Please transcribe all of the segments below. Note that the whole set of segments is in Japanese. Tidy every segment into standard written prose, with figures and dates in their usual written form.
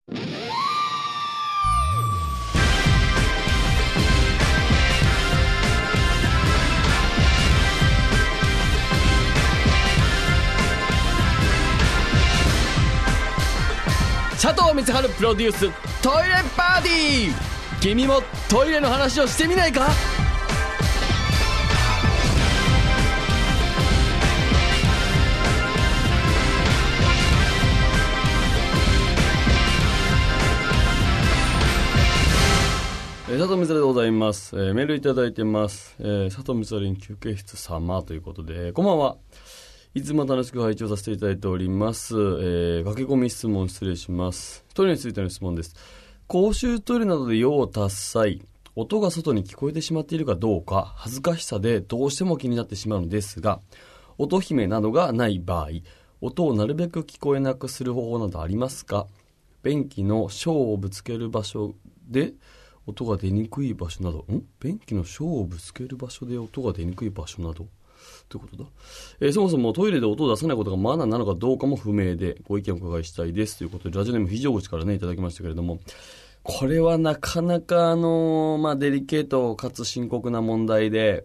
佐藤光晴プロデューストイレパーティー。君もトイレの話をしてみないか。佐藤光晴でございます。メールいただいてます。佐藤光晴休憩室様ということで、こんばんは。いつも楽しく拝聴させていただいております。駆け込み質問失礼します。トイレについての質問です。公衆トイレなどで用を足す際、音が外に聞こえてしまっているかどうか恥ずかしさでどうしても気になってしまうのですが、音姫などがない場合、音をなるべく聞こえなくする方法などありますか？便器の小をぶつける場所で音が出にくい場所など、便器の小をぶつける場所で音が出にくい場所などということだ。そもそもトイレで音を出さないことがマナーなのかどうかも不明で、ご意見をお伺いしたいですということで、ラジオネーム非常口からねいただきましたけれども、これはなかなかデリケートかつ深刻な問題で、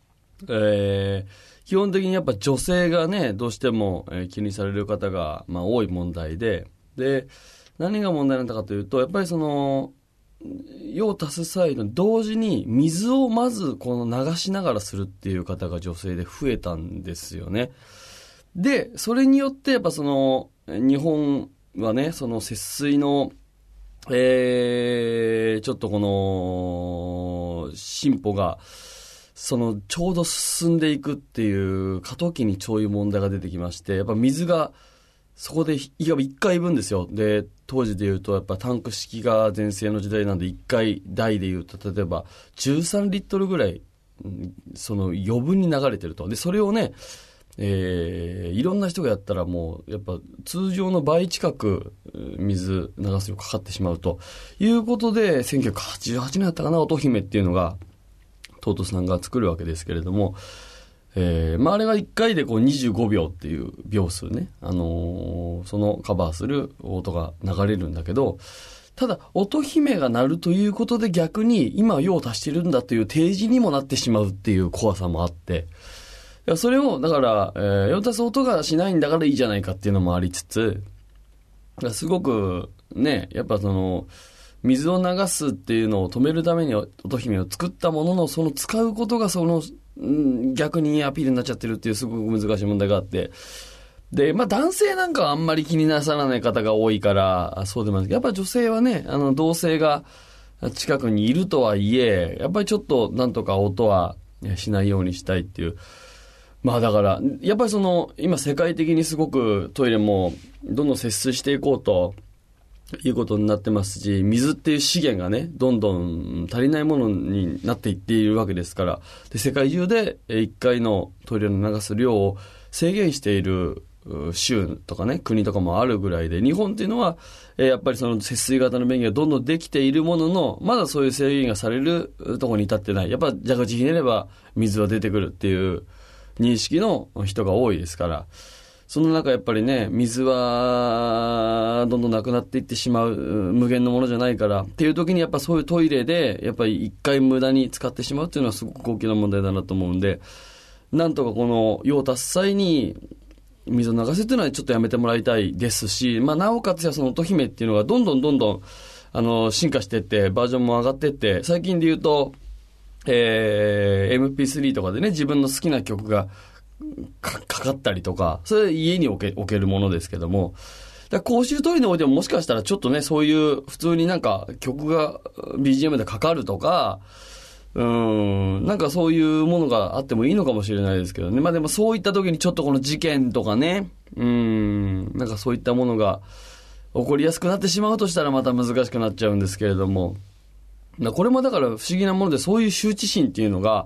基本的にやっぱ女性がねどうしても気にされる方が多い問題で、何が問題なんだかというと、やっぱり用を足す際の同時に水をまずこの流しながらするっていう方が女性で増えたんですよね。でそれによってやっぱ日本はね節水のちょっとこの進歩がちょうど進んでいくっていう過渡期にそういう問題が出てきまして、やっぱ水がそこで1回分ですよ。で当時でいうとやっぱタンク式が全盛の時代なんで、1回台でいうと例えば13リットルぐらい余分に流れてると。でそれをね、いろんな人がやったらもうやっぱ通常の倍近く水流す量かかってしまうということで、1988年だったかな、音姫っていうのがトートさんが作るわけですけれども、あれが1回で25秒っていう秒数ね、そのカバーする音が流れるんだけど、ただ音姫が鳴るということで逆に今用を足してるんだという提示にもなってしまうっていう怖さもあって、それをだから、用を足す音がしないんだからいいじゃないかっていうのもありつつ、すごくねやっぱ水を流すっていうのを止めるために音姫を作ったものの、その使うことが逆にアピールになっちゃってるっていうすごく難しい問題があって、で男性なんかはあんまり気になさらない方が多いからそうでもないけど、やっぱり女性はね同性が近くにいるとはいえ、やっぱりちょっとなんとか音はしないようにしたいっていう、だからやっぱり今世界的にすごくトイレもどんどん節水していこうということになってますし、水っていう資源がねどんどん足りないものになっていっているわけですから、で世界中で1回のトイレの流す量を制限している州とかね国とかもあるぐらいで、日本っていうのはやっぱり節水型の便器がどんどんできているものの、まだそういう制限がされるところに至ってない。やっぱ蛇口ひねれば水は出てくるっていう認識の人が多いですから、その中やっぱりね水はどんどんなくなっていってしまう、無限のものじゃないからっていう時にやっぱそういうトイレでやっぱり一回無駄に使ってしまうっていうのはすごく大きな問題だなと思うんで、なんとかこの用を足す際に水を流すっていうのはちょっとやめてもらいたいですし、なおかつ音姫っていうのがどんどん進化していってバージョンも上がっていって、最近で言うと、MP3 とかでね自分の好きな曲がかかったりとか、それ家に置けるものですけども、公衆トイレにおいてももしかしたらちょっとねそういう普通になんか曲が BGM でかかるとか、なんかそういうものがあってもいいのかもしれないですけどね。でもそういった時にちょっとこの事件とかね、なんかそういったものが起こりやすくなってしまうとしたらまた難しくなっちゃうんですけれども、これもだから不思議なもので、そういう羞恥心っていうのが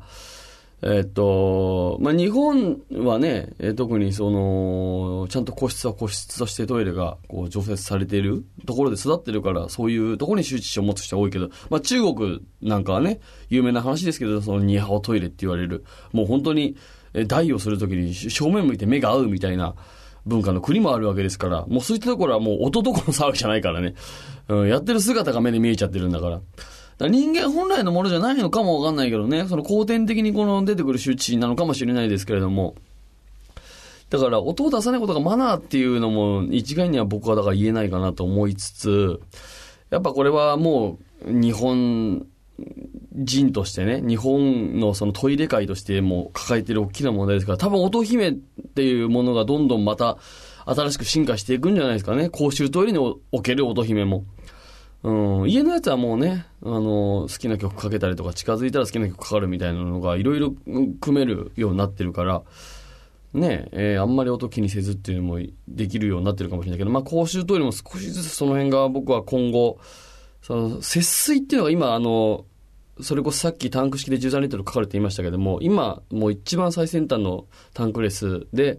日本はね、特にちゃんと個室は個室としてトイレが常設されているところで育ってるから、そういうところに羞恥心を持つ人が多いけど、中国なんかはね有名な話ですけど、ニーハオトイレって言われる、もう本当に台をするときに正面向いて目が合うみたいな、 文化の国もあるわけですから、もうそういったところはもう音どころの騒ぎじゃないからね、やってる姿が目で見えちゃってるんだから。人間本来のものじゃないのかもわかんないけどね、その後天的にこの出てくる周知なのかもしれないですけれども、だから音を出さないことがマナーっていうのも一概には僕はだから言えないかなと思いつつ、やっぱこれはもう日本人としてね、日本のそのトイレ界としても抱えている大きな問題ですから、多分音姫っていうものがどんどんまた新しく進化していくんじゃないですかね。公衆トイレにおける音姫も。家のやつはもうね、好きな曲かけたりとか、近づいたら好きな曲かかるみたいなのがいろいろ組めるようになってるからね、あんまり音気にせずっていうのもできるようになってるかもしれないけど、まあ公衆トイレも少しずつその辺が僕は今後、その節水っていうのが今それこそさっきタンク式で13リットルかかるって言いましたけども、今もう一番最先端のタンクレスで、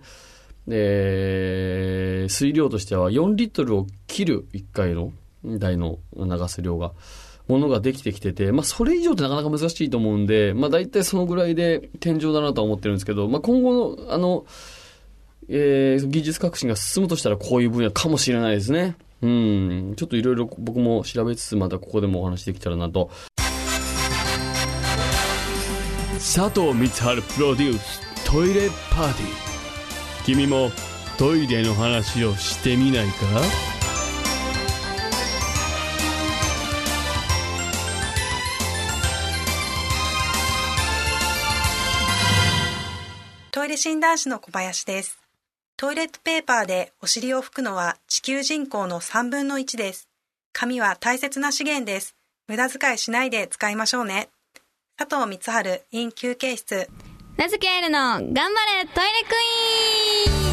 水量としては4リットルを切る1回の台の流す量がものができてきてて、まあそれ以上ってなかなか難しいと思うんで、まあ大体そのぐらいで天井だなとは思ってるんですけど、まあ今後の技術革新が進むとしたらこういう分野かもしれないですね。ちょっといろいろ僕も調べつつ、またここでもお話できたらなと。佐藤光晴プロデューストイレパーティー。君もトイレの話をしてみないか？ トイレ診断士の小林です。トイレットペーパーでお尻を拭くのは地球人口の3分の1です。紙は大切な資源です。無駄遣いしないで使いましょうね。佐藤光晴 in 休憩室。 名付け合えるの頑張れトイレクイーン。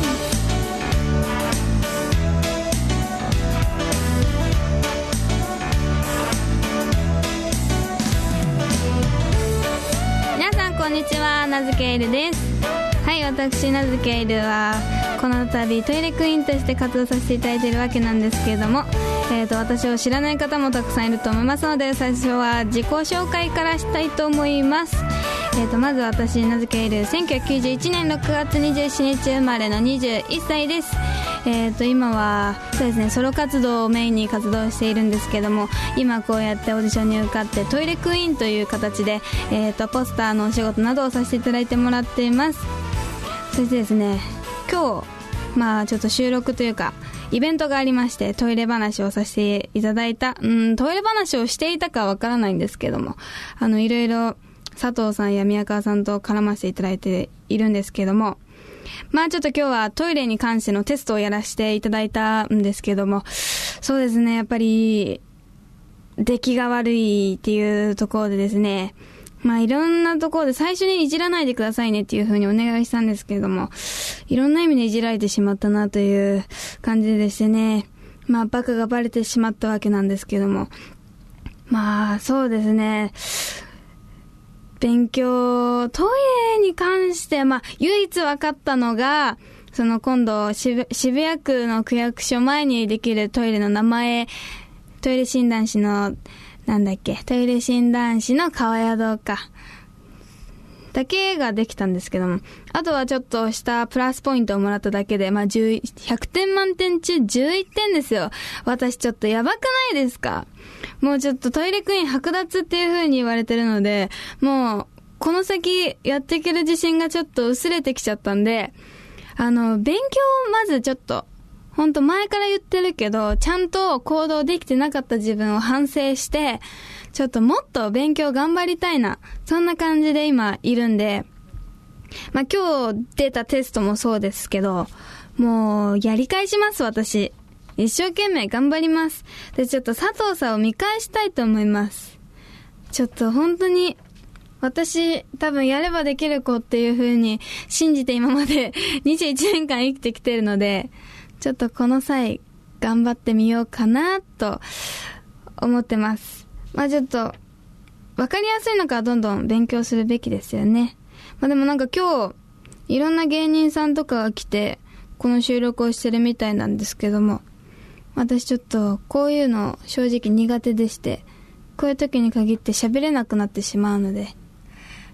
皆さんこんにちは、名付けエルです。はい、私名付けエルはこの度トイレクイーンとして活動させていただいているわけなんですけれども、私を知らない方もたくさんいると思いますので、最初は自己紹介からしたいと思います。まず私名付けエル、1991年6月27日生まれの21歳です。今はそうですね、ソロ活動をメインに活動しているんですけども、今こうやってオーディションに受かってトイレクイーンという形で、ポスターのお仕事などをさせていただいてもらっています。そしてですね、今日ちょっと収録というかイベントがありまして、トイレ話をさせていただいた、トイレ話をしていたかわからないんですけども、いろいろ佐藤さんや宮川さんと絡ませていただいているんですけども、ちょっと今日はトイレに関してのテストをやらせていただいたんですけども、そうですね、やっぱり出来が悪いっていうところでですね、いろんなところで最初にいじらないでくださいねっていう風にお願いしたんですけれども、いろんな意味でいじられてしまったなという感じでしてね、バカがバレてしまったわけなんですけども、そうですね、勉強、トイレに関して唯一分かったのが、今度渋谷区の区役所前にできるトイレの名前、トイレ診断士のトイレ診断士の川宿かだけができたんですけども、あとはちょっとしたプラスポイントをもらっただけで、100点満点中11点ですよ。私ちょっとやばくないですか？もうちょっとトイレクイーン剥奪っていう風に言われてるので、もうこの先やっていける自信がちょっと薄れてきちゃったんで、勉強をまずちょっとほんと前から言ってるけど、ちゃんと行動できてなかった自分を反省して、ちょっともっと勉強頑張りたいな、そんな感じで今いるんで、今日出たテストもそうですけど、もうやり返します、私。一生懸命頑張ります。で、ちょっと佐藤さんを見返したいと思います。ちょっと本当に、私多分やればできる子っていう風に信じて今まで21年間生きてきてるので、ちょっとこの際頑張ってみようかなと思ってます。ちょっと分かりやすいのからどんどん勉強するべきですよね。でも今日いろんな芸人さんとかが来てこの収録をしてるみたいなんですけども、私ちょっとこういうの正直苦手でして、こういう時に限って喋れなくなってしまうので、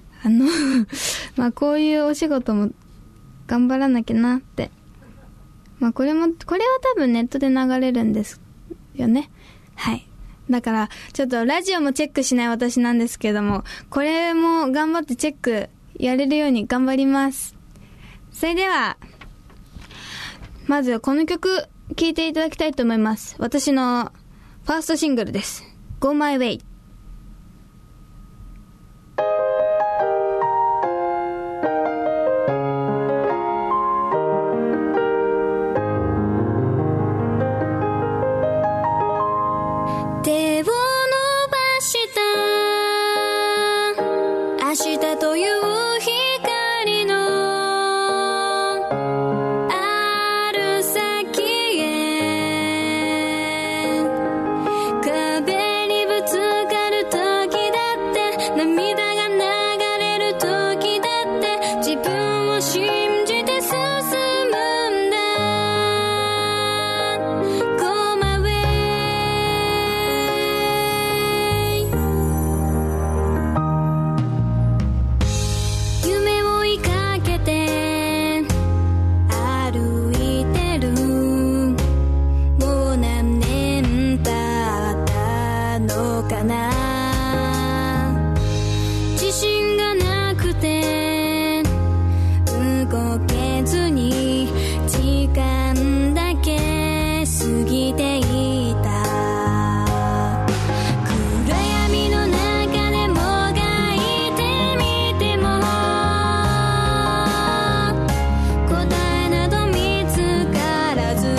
こういうお仕事も頑張らなきゃなって。 これは多分ネットで流れるんですよね。はい。だからちょっとラジオもチェックしない私なんですけども、これも頑張ってチェックやれるように頑張ります。それではまずこの曲聴いていただきたいと思います。私のファーストシングルです。 Go My Way。 手を伸ばした明日という光のある先へ、壁にぶつかる時だって、涙が流れる時だって、自分を信じて進むんだ。 Go my way。夢を追いかけて歩いてる、もう何年経ったのかな。自信がなくて動けずに時間だけ過ぎていた。暗闇の中でもがいてみても答えなど見つからず、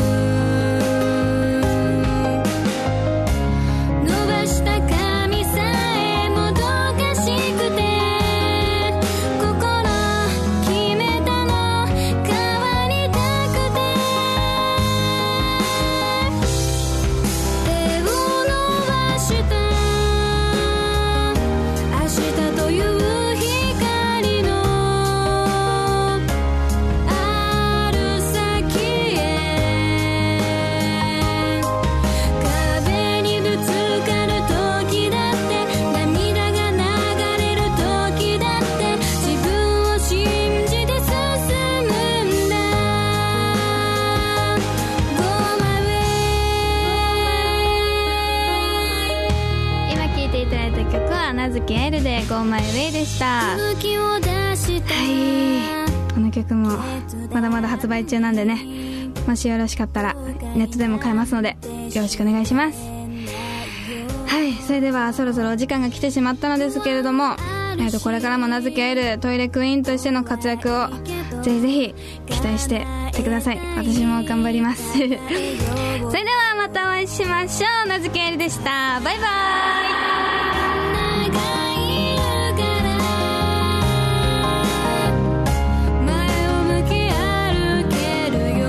伸ばした髪さえもどかしくて、心決めたの変わりたくて、手を伸ばした明日という光のある先へ、壁にぶつかる時だって、涙が流れる時だって、自分を信じて進むんだ。 Go my way。 今聴いていただいた曲は名付け L で Go My Way でした。 勇気を出したはい、この曲もまだまだ発売中なんでね、もしよろしかったらネットでも買えますのでよろしくお願いします。はい、それではそろそろお時間が来てしまったのですけれども、これからも名付け L トイレクイーンとしての活躍をぜひぜひ期待していてください。私も頑張りますそれではまたお会いしましょう。名付け L でした。バイバイ。 前を向き歩けるよ、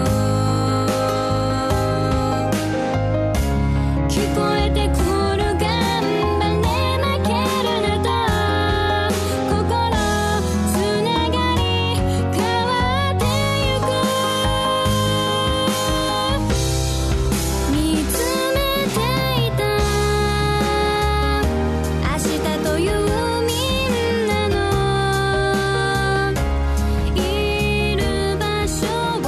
聞こえてくる頑張れ負けるなと、心つながり変わってゆく、見つめていた明日というみんなのいる場所を。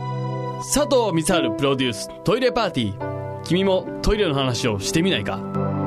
佐藤光晴プロデューストイレパーティー。君もトイレの話をしてみないか。